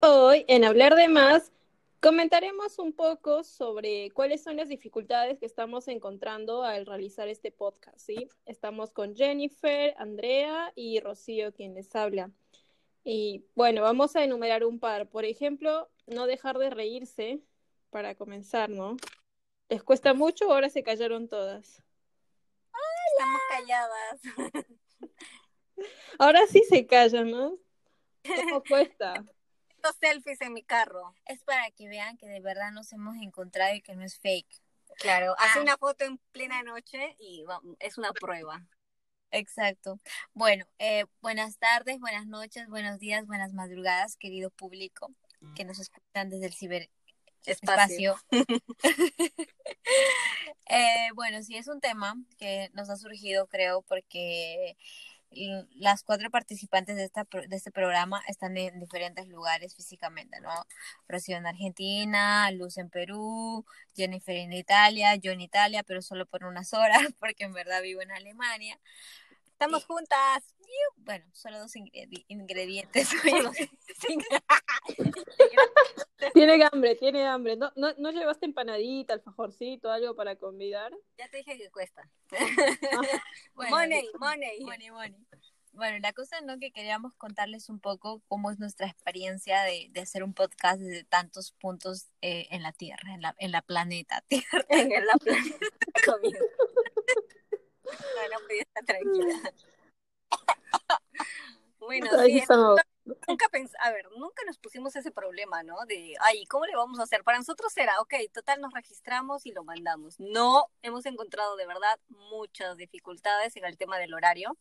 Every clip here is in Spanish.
Hoy, en Hablar de Más, comentaremos un poco sobre cuáles son las dificultades que estamos encontrando al realizar este podcast, ¿sí? Estamos con Jennifer, Andrea y Rocío, quien les habla. Y bueno, vamos a enumerar un par. Por ejemplo, no dejar de reírse para comenzar, ¿no? ¿Les cuesta mucho o ahora se callaron todas? Estamos calladas. Ahora sí se callan, ¿no? ¿Cómo cuesta? Los selfies en mi carro. Es para que vean que de verdad nos hemos encontrado y que no es fake. Claro, hace una foto en plena noche y es una prueba. Exacto. Bueno, buenas tardes, buenas noches, buenos días, buenas madrugadas, querido público que nos escuchan desde el ciberespacio. Bueno, sí es un tema que nos ha surgido, creo, porque las 4 participantes de este programa están en diferentes lugares físicamente, ¿no? Rocío en Argentina, Luz en Perú, Jennifer en Italia, yo en Italia, pero solo por unas horas, porque en verdad vivo en Alemania. Estamos juntas. Bueno, solo 2 ingredientes. Tiene hambre. ¿No llevaste empanadita, alfajorcito, algo para convidar? Ya te dije que cuesta. Bueno, money. Bueno, la cosa no que queríamos contarles un poco cómo es nuestra experiencia de hacer un podcast desde tantos puntos en la Tierra, en la planeta Tierra. En la planeta comida. No podía estar tranquila. Bueno, sí, nunca nos pusimos ese problema, ¿no? De, ¿cómo le vamos a hacer? Para nosotros era, ok, total, nos registramos y lo mandamos. No, hemos encontrado de verdad muchas dificultades en el tema del horario.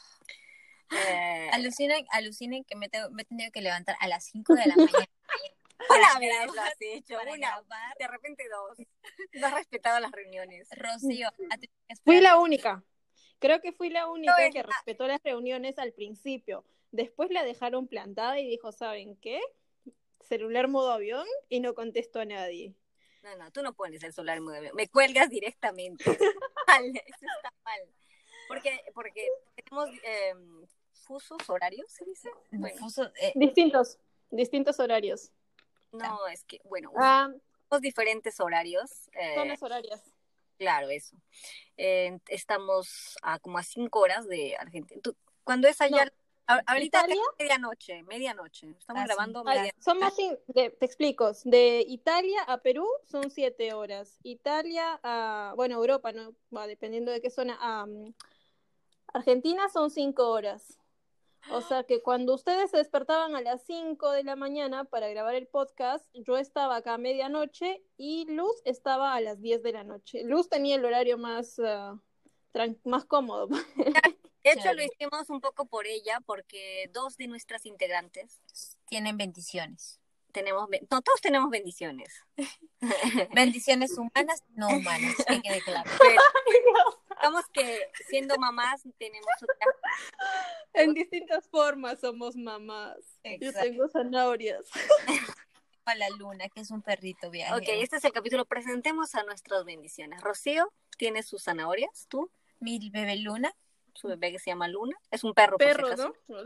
Alucinen que me he tenido que levantar a las 5 de la mañana. Una vez lo has hecho, de repente 2. No has respetado las reuniones. Rocío, fui la única. Creo que fui la única que respetó las reuniones al principio. Después la dejaron plantada y dijo, ¿saben qué? Celular modo avión y no contestó a nadie. No, tú no pones el celular en modo avión. Me cuelgas directamente. Eso está mal. Porque tenemos fusos horarios, ¿se dice? Bueno, distintos horarios. No, es que, bueno, tenemos diferentes horarios. Zonas horarias. Claro, eso. Estamos como a 5 horas de Argentina. ¿Cuándo es allá? No. Ahorita es medianoche. Estamos grabando medianoche. Son más, te explico. De Italia a Perú son 7 horas. Italia a, Europa, ¿no? Va, dependiendo de qué zona. Argentina son 5 horas. O sea que cuando ustedes se despertaban a las 5 de la mañana para grabar el podcast, yo estaba acá a medianoche y Luz estaba a las 10 de la noche. Luz tenía el horario más cómodo. De hecho, lo hicimos un poco por ella, porque 2 de nuestras integrantes tienen bendiciones. Todos tenemos bendiciones. Bendiciones humanas, no humanas, que quede claro. Pero, digamos que siendo mamás tenemos en distintas formas somos mamás. Exacto. Yo tengo zanahorias. A la Luna, que es un perrito viajero. Ok, este es el capítulo. Presentemos a nuestras bendiciones. Rocío tiene sus zanahorias, ¿tú? Mi bebé Luna. Su bebé que se llama Luna. Es un perro, por si acaso. ¿No?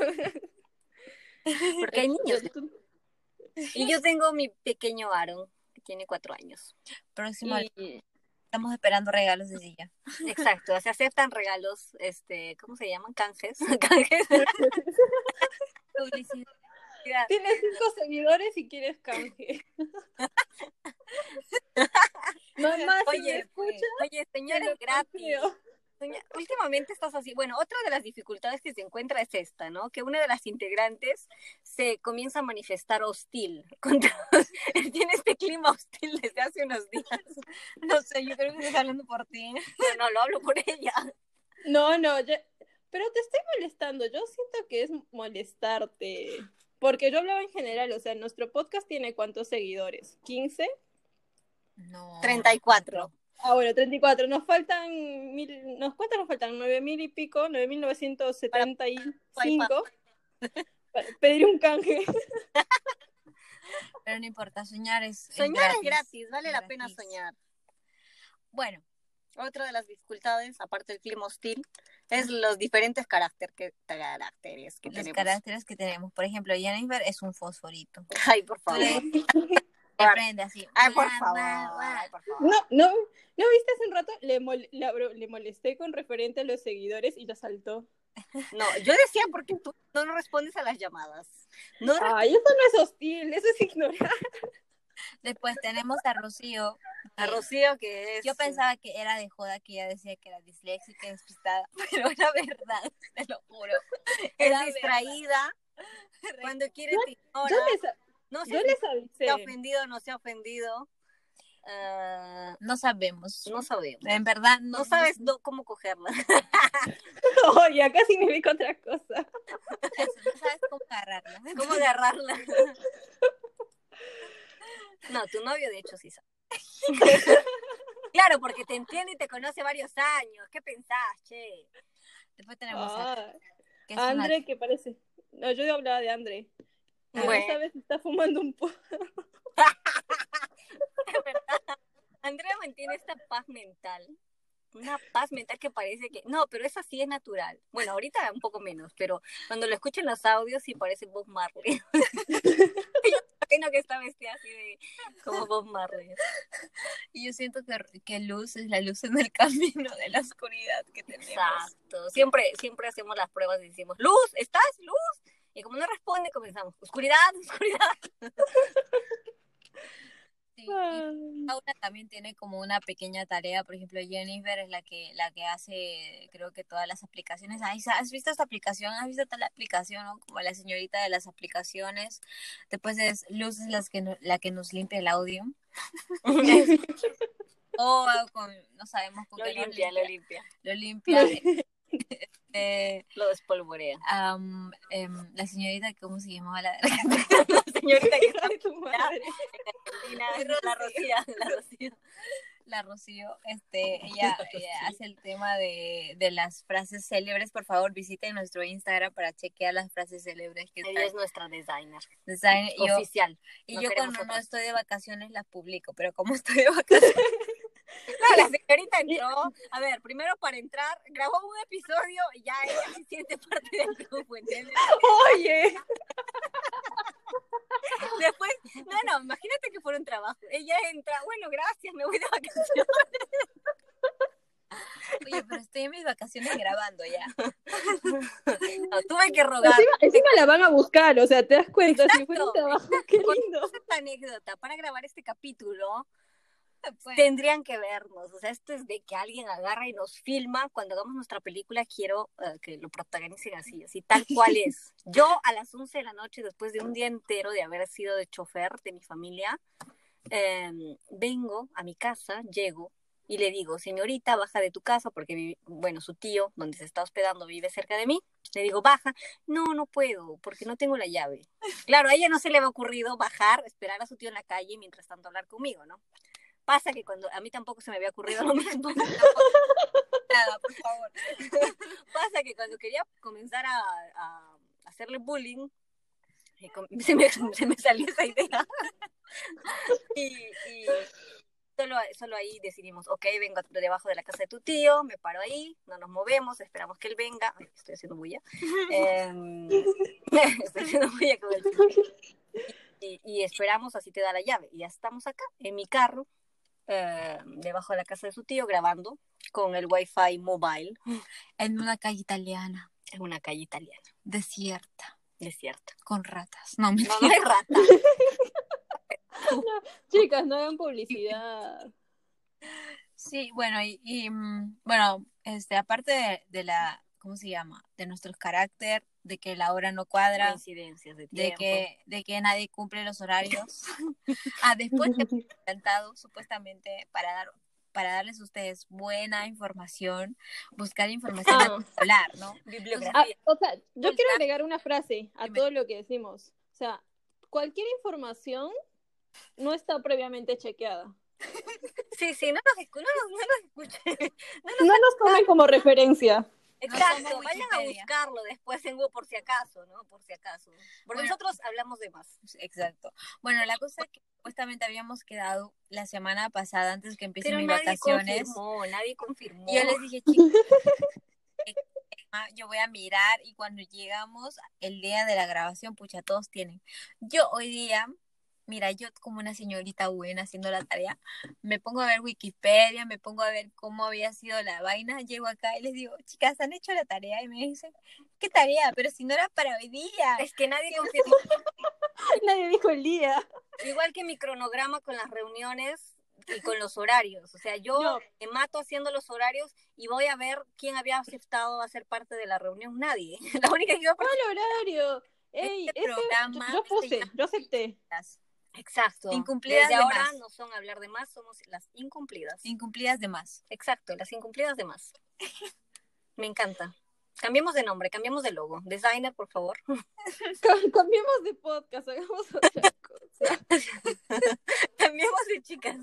Porque hay niños. Y yo tengo mi pequeño Aaron, que tiene 4 años. Próximo estamos esperando regalos de silla. Exacto, se aceptan regalos, ¿cómo se llaman? Canjes. Publicidad. Tienes 5 seguidores y quieres canje. Mamá, oye, escucha. Oye, señores, gratis. Últimamente estás así. Bueno, otra de las dificultades que se encuentra es esta, ¿no? Que una de las integrantes se comienza a manifestar hostil. Tiene este clima hostil desde hace unos días. No sé, yo creo que estás hablando por ti. No, lo hablo por ella. No, pero te estoy molestando. Yo siento que es molestarte. Porque yo hablaba en general, o sea, nuestro podcast tiene ¿cuántos seguidores? ¿15? No. 34. Bueno, 34. Nos faltan ¿cuántos nos faltan? 9,000 y pico, 9,975 para pedir un canje. Pero no importa, soñar es gratis, vale la pena soñar. Bueno, otra de las dificultades, aparte del clima hostil, Es los diferentes caracteres que Los tenemos. caracteres que tenemos. Por ejemplo, Jennifer es un fosforito. Ay, por favor. Te prende así. Ay, por Guau, favor. guau, guau. Ay, por favor. ¿No viste hace un rato? Le molesté con referente a los seguidores y lo saltó. No, yo decía porque tú no respondes a las llamadas. No Ay, eso no es hostil, eso es ignorar. Después tenemos a Rocío. a Rocío, que es... Yo pensaba que era de joda, que ella decía que era disléxica y despistada, pero era verdad, te lo juro. es distraída. Cuando quiere te ignora. No sé Yo si les avisé. se ha ofendido o no se ha ofendido. No sabemos. No sabemos. En verdad, No sabes cómo cogerla. Oye, acá significa otra cosa. No sabes cómo agarrarla. ¿Cómo agarrarla? No, tu novio de hecho sí sabe. Claro, porque te entiende y te conoce varios años. ¿Qué pensás, che? Después tenemos a que es André, una... que parece... No, yo hablaba de André. Bueno. Esta vez está fumando un poco. Es verdad. Andrea mantiene esta paz mental. Una paz mental que parece que... No, pero esa sí es natural. Bueno, ahorita un poco menos, pero cuando lo escuchen los audios sí parece Bob Marley. Yo imagino que está vestida así como Bob Marley. Y yo siento que luz es la luz en el camino de la oscuridad que tenemos. Exacto. Siempre hacemos las pruebas y decimos, Luz, ¿estás? Luz. Y como no responde, comenzamos, oscuridad, oscuridad. Sí, y Paula también tiene como una pequeña tarea. Por ejemplo, Jennifer es la que hace, creo que todas las aplicaciones. Ay, ¿has visto esta aplicación? ¿Has visto tal aplicación? ¿No? Como la señorita de las aplicaciones. Después es Luz es la que nos limpia el audio. O no sabemos con qué lo limpia. Lo despolvorea. La señorita, ¿cómo se llamaba? La señorita que está de tu madre. La Rocío, ella hace el tema de las frases célebres. Por favor, visiten nuestro Instagram para chequear las frases célebres que ella es nuestra designer oficial. Y yo cuando no estoy de vacaciones las publico, pero como estoy de vacaciones... No, la señorita entró, a ver, primero para entrar, grabó un episodio y ya ella se siente parte del grupo, ¿entiendes? Oye. Después, no, imagínate que fuera un trabajo. Ella entra, bueno, gracias, me voy de vacaciones. Oye, pero estoy en mis vacaciones grabando ya. No, tuve que rogar. Encima la van a buscar, o sea, te das cuenta. Exacto. Si fuera un trabajo, qué lindo. Esta anécdota, para grabar este capítulo, tendrían que vernos. O sea, esto es de que alguien agarra y nos filma. Cuando hagamos nuestra película, quiero que lo protagonicen así tal cual es. Yo a las 11 de la noche, después de un día entero de haber sido de chofer de mi familia, vengo a mi casa, llego y le digo, señorita, baja de tu casa, porque, su tío, donde se está hospedando, vive cerca de mí. Le digo, baja. No puedo, porque no tengo la llave. Claro, a ella no se le había ocurrido bajar, esperar a su tío en la calle y mientras tanto hablar conmigo, ¿no? Pasa que a mí tampoco se me había ocurrido lo mismo. Nada, por favor. Pasa que cuando quería comenzar a hacerle bullying, se me salió esa idea. y solo ahí decidimos, ok, vengo debajo de la casa de tu tío, me paro ahí, no nos movemos, esperamos que él venga. Ay, estoy haciendo bulla. Estoy haciendo bulla con el tío. Y esperamos, así te da la llave. Y ya estamos acá, en mi carro, debajo de la casa de su tío, grabando con el Wi-Fi mobile. En una calle italiana. En una calle italiana. Desierta. Con ratas. No hay ratas. No, chicas, no hagan publicidad. Sí, bueno, bueno, aparte de la, ¿cómo se llama? De nuestros carácter, de que la hora no cuadra, coincidencias de tiempo, de que nadie cumple los horarios. Después he intentado supuestamente para darles a ustedes buena información, buscar información hablar, ¿no? Bibliografía. O sea, yo quiero agregar una frase a todo lo que decimos. O sea, cualquier información no está previamente chequeada. Sí, no nos escuchen. No nos tomen como referencia. Exacto, vayan a buscarlo después en Google por si acaso, ¿no? Porque nosotros hablamos de más. Exacto. Bueno, la cosa es que supuestamente habíamos quedado la semana pasada antes que empiecen mis vacaciones. Nadie confirmó. Y yo les dije, chicos, yo voy a mirar y cuando llegamos el día de la grabación, pucha, todos tienen. Yo hoy día, mira, yo como una señorita buena haciendo la tarea, me pongo a ver Wikipedia, me pongo a ver cómo había sido la vaina, llego acá y les digo, chicas, ¿han hecho la tarea? Y me dicen, ¿qué tarea? Pero si no era para hoy día. Es que nadie confía en mí. Nadie dijo el día. Igual que mi cronograma con las reuniones y con los horarios. O sea, yo No. me mato haciendo los horarios y voy a ver quién había aceptado a ser parte de la reunión. Nadie. La única que iba a ¿Cuál horario? Ey, Este programa yo se puse, llama yo acepté. Exacto. Incumplidas Desde de ahora más. no son hablar de más, somos las incumplidas. Incumplidas de más. Exacto, las incumplidas de más. Me encanta. Cambiemos de nombre, cambiemos de logo. Designer, por favor. Cambiemos de podcast, hagamos otra cosa. Cambiemos de chicas.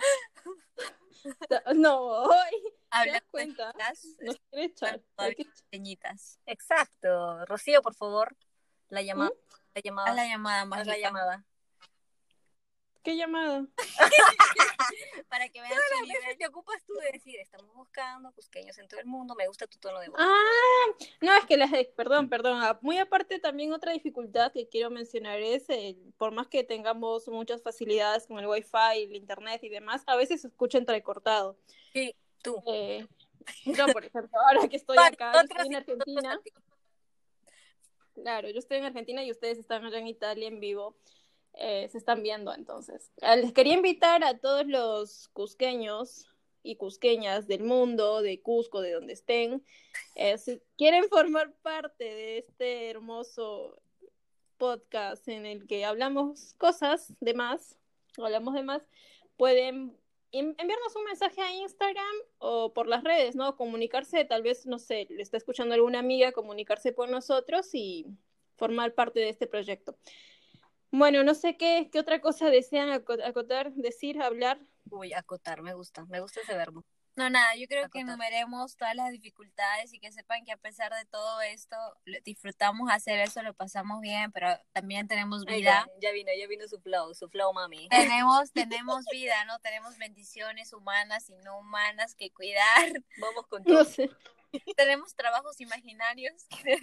No, hoy. ¿Te Hablar das cuenta? Nos quiere echar. Hay que- pequeñitas. Exacto. Rocío, por favor. La llamada. La llamada. Haz la llamada Haz mágica. la llamada. ¿Qué llamada? Para que vean Todas su las veces nivel. te ocupas tú de decir, estamos buscando cusqueños en todo el mundo, me gusta tu tono de voz. No, es que perdón, muy aparte también otra dificultad que quiero mencionar es, por más que tengamos muchas facilidades con el wifi, el internet y demás, a veces se escucha entrecortado. Sí, tú. Yo, por ejemplo, ahora que estoy acá, yo estoy en Argentina, Nosotros claro, yo estoy en Argentina y ustedes están allá en Italia en vivo, se están viendo entonces. Les quería invitar a todos los cusqueños y cusqueñas del mundo, de Cusco, de donde estén, si quieren formar parte de este hermoso podcast en el que hablamos cosas de más, pueden enviarnos un mensaje a Instagram o por las redes, ¿no? Comunicarse, tal vez, no sé, le está escuchando alguna amiga, comunicarse con nosotros y formar parte de este proyecto. Bueno, no sé qué otra cosa desean acotar, decir, hablar. Uy, acotar, me gusta ese verbo. No, nada, yo creo que Acotar. enumeremos todas las dificultades y que sepan que a pesar de todo esto, disfrutamos hacer eso, lo pasamos bien, pero también tenemos vida. Ya vino su flow mami. Tenemos vida, ¿no? Tenemos bendiciones humanas y no humanas que cuidar. Vamos con todo. No sé. Tenemos trabajos imaginarios que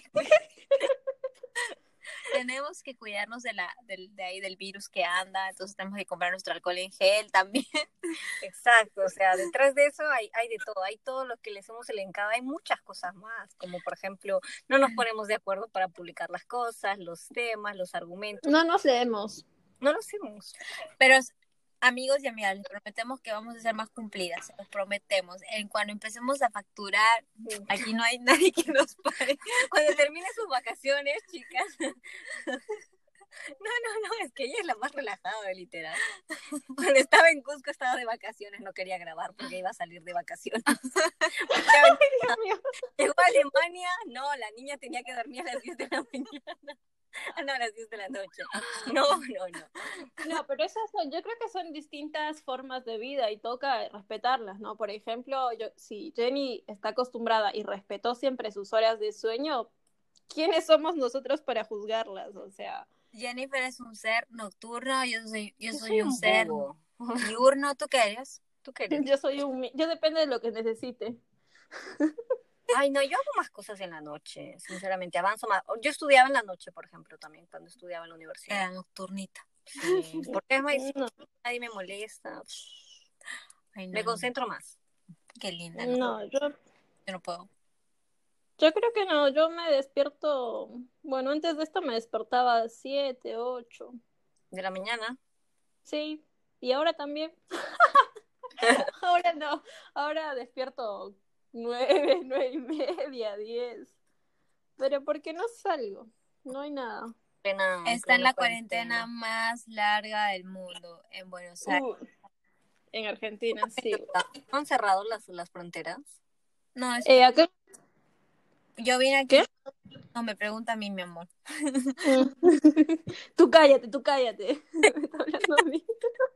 tenemos que cuidarnos de ahí del virus que anda, entonces tenemos que comprar nuestro alcohol en gel también. Exacto, o sea, detrás de eso hay de todo, hay todo lo que les hemos elencado, hay muchas cosas más, como por ejemplo, no nos ponemos de acuerdo para publicar las cosas, los temas, los argumentos. No nos leemos. No lo hacemos. Pero amigos y amigas, les prometemos que vamos a ser más cumplidas, se los prometemos. Cuando empecemos a facturar, aquí no hay nadie que nos pague. Cuando termine sus vacaciones, chicas. No, es que ella es la más relajada, literal. Cuando estaba en Cusco estaba de vacaciones, no quería grabar porque iba a salir de vacaciones. Llegó a Alemania, no, la niña tenía que dormir a las 10 de la mañana. No, a las 10 de la noche. No. No, pero yo creo que son distintas formas de vida y toca respetarlas, ¿no? Por ejemplo, si Jenny está acostumbrada y respetó siempre sus horas de sueño, ¿quiénes somos nosotros para juzgarlas? O sea, Jennifer es un ser nocturno, yo soy un ser búho. diurno. ¿Tú qué eres? ¿Tú qué eres? yo depende de lo que necesite. Ay, no, yo hago más cosas en la noche, sinceramente, avanzo más. Yo estudiaba en la noche, por ejemplo, también, cuando estudiaba en la universidad. Era nocturnita. Sí, porque es más, No. nadie me molesta. Ay, no, Me concentro más. Qué linda. No, yo no puedo. creo que no, yo me despierto, bueno, antes de esto me despertaba a 7, 8. De la mañana. Sí, y ahora también. Ahora no, ahora despierto 9, 9:30, 10. Pero porque no salgo, no hay nada. Está en la cuarentena más larga del mundo, en Buenos Aires. En Argentina, sí. ¿Han cerrado las fronteras? No, Acá... yo vine aquí. ¿Qué? No, me pregunta a mí, mi amor. Tú cállate. Me está hablando a mí.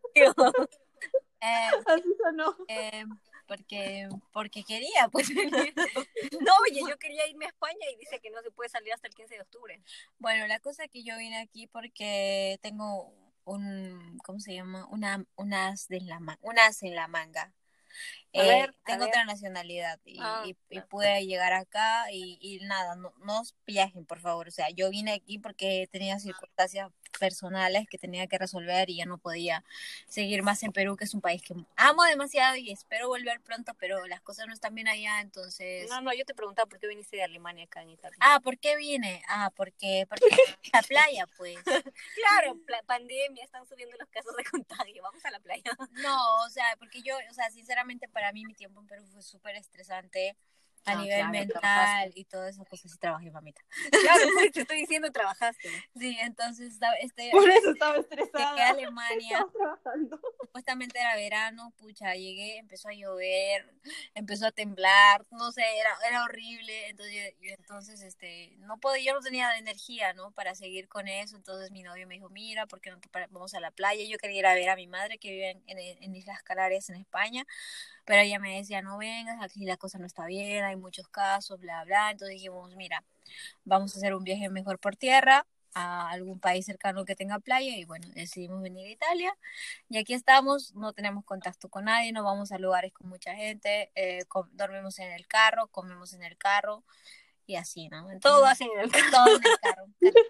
Así sonó. Porque quería, pues. No, oye, yo quería irme a España y dice que no se puede salir hasta el 15 de octubre. Bueno, la cosa es que yo vine aquí porque tengo ¿cómo se llama? Un as en la manga. Tengo otra nacionalidad y pude llegar acá y nada, no os viajen, por favor. O sea, yo vine aquí porque tenía circunstancias personales que tenía que resolver y ya no podía seguir más en Perú, que es un país que amo demasiado y espero volver pronto, pero las cosas no están bien allá, entonces... No, yo te preguntaba por qué viniste de Alemania acá en Italia. ¿Por qué vine? Porque la playa, pues. Claro, pandemia, están subiendo los casos de contagio, vamos a la playa. No, o sea, porque yo, o sea, sinceramente para mí mi tiempo en Perú fue súper estresante a nivel mental y todas esas cosas. Sí trabajé, mamita. Claro, pues te estoy diciendo, trabajaste. Sí, entonces por eso estaba estresada. Llegué a Alemania, supuestamente era verano, pucha, llegué, empezó a llover, empezó a temblar, no sé, era horrible, entonces no podía, yo no tenía energía, ¿no? Para seguir con eso, entonces mi novio me dijo, mira, ¿por qué no vamos a la playa? Yo quería ir a ver a mi madre que vive en Islas Canarias, en España, pero ella me decía, no vengas, aquí la cosa no está bien, hay muchos casos, bla, bla. Entonces dijimos, mira, vamos a hacer un viaje mejor por tierra a algún país cercano que tenga playa y bueno, decidimos venir a Italia y aquí estamos, no tenemos contacto con nadie, no vamos a lugares con mucha gente, dormimos en el carro, comemos en el carro y así, ¿no? Entonces, todo hacen en el carro. Todo en el carro.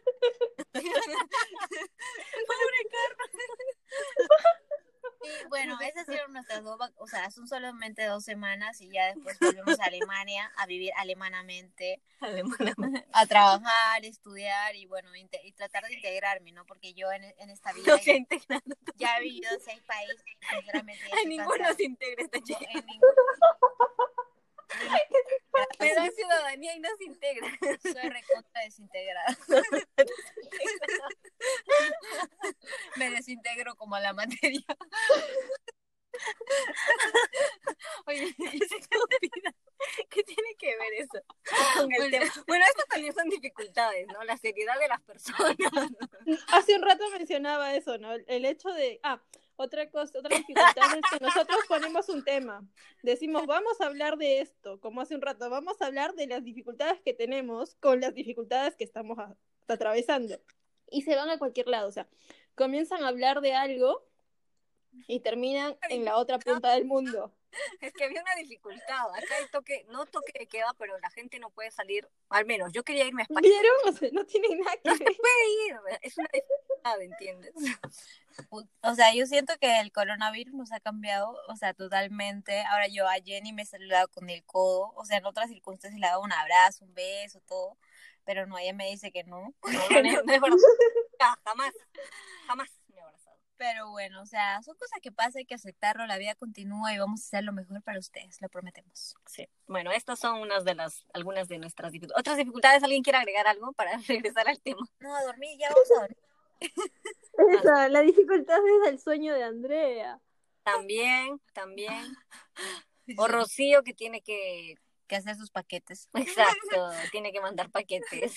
Pobre carro. Y bueno, esas fueron nuestras o sea, son solamente 2 semanas y ya después volvemos a Alemania a vivir alemanamente, a trabajar, estudiar y bueno, y tratar de integrarme, ¿no? Porque yo en esta vida ya he vivido en 6 países y sinceramente... Ay, ninguno se integra esta chica. Me da ciudadanía y no se integra. Soy recontra desintegrada. Me desintegro como a la materia. Oye, ¿qué tiene que ver eso con el tema? Bueno, esto también son dificultades, ¿no? La seriedad de las personas. Hace un rato mencionaba eso, ¿no? El hecho de... otra dificultad es que nosotros ponemos un tema. Decimos, vamos a hablar de esto, como hace un rato, vamos a hablar de las dificultades que tenemos con las dificultades que estamos atravesando. Y se van a cualquier lado, o sea, comienzan a hablar de algo y terminan en la otra punta del mundo. Es que había una dificultad. Acá hay toque de queda, pero la gente no puede salir. Al menos, yo quería irme a España. ¿Vieron? O sea, no tiene nada que ver. No se puede ir. Es una dificultad, ¿entiendes? O sea, yo siento que el coronavirus nos ha cambiado, o sea, totalmente. Ahora yo a Jenny me he saludado con el codo, o sea, en otras circunstancias le he dado un abrazo, un beso, todo, pero no, ella me dice que no. No es verdad. Jamás me he abrazado. Pero bueno, o sea, son cosas que pasan, hay que aceptarlo, la vida continúa y vamos a hacer lo mejor para ustedes, lo prometemos. Sí, bueno, estas son algunas de nuestras dificultades. ¿Otras dificultades? ¿Alguien quiere agregar algo para regresar al tema? No, a dormir, ya vamos a dormir. Esa, la dificultad es el sueño de Andrea. También. O Rocío, que tiene que hacer sus paquetes. Exacto, tiene que mandar paquetes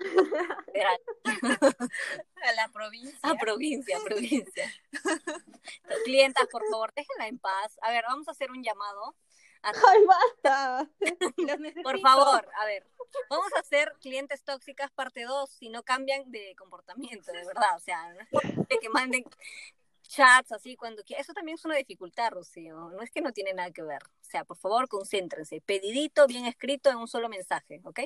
a la provincia. A provincia. Clientas, por favor, déjenla en paz. A ver, vamos a hacer un llamado. ¡Ay, basta! Por favor, a ver, vamos a hacer clientes tóxicas parte 2 si no cambian de comportamiento, de verdad. O sea, no es posible que manden chats así cuando quieran. Eso también es una dificultad, Rocío. No es que no tiene nada que ver. O sea, por favor, concéntrense. Pedidito, bien escrito en un solo mensaje, ¿ok?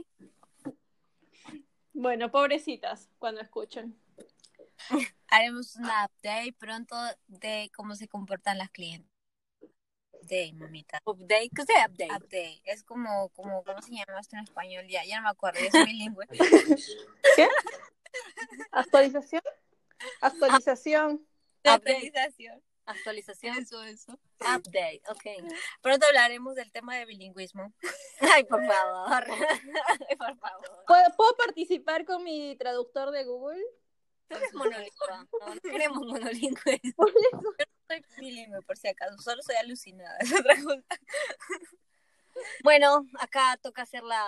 Bueno, pobrecitas, cuando escuchen. Haremos una update pronto de cómo se comportan las clientes. Update, mamita. Update, ¿qué es update? Update. Es como ¿cómo se llama esto en español? Ya no me acuerdo, yo soy bilingüe. ¿Qué? ¿Actualización? Actualización. Actualización. Eso. Update, ok. Pronto hablaremos del tema de bilingüismo. Ay, por favor. Por favor. ¿Puedo participar con mi traductor de Google? Tú eres monolingüe. No queremos monolingüe. Por eso. Yo no soy bilingüe, por si acaso. Solo soy alucinada. Es otra cosa. Bueno, acá toca hacer la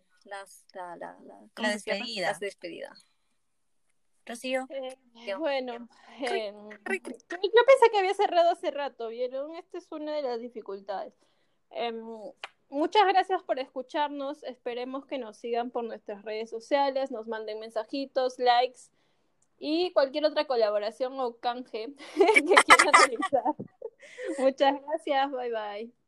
despedida. Rocío. Bueno, yo pensé que había cerrado hace rato, ¿vieron? Esta es una de las dificultades. Muchas gracias por escucharnos. Esperemos que nos sigan por nuestras redes sociales, nos manden mensajitos, likes y cualquier otra colaboración o canje que quieran realizar. Muchas gracias, bye bye.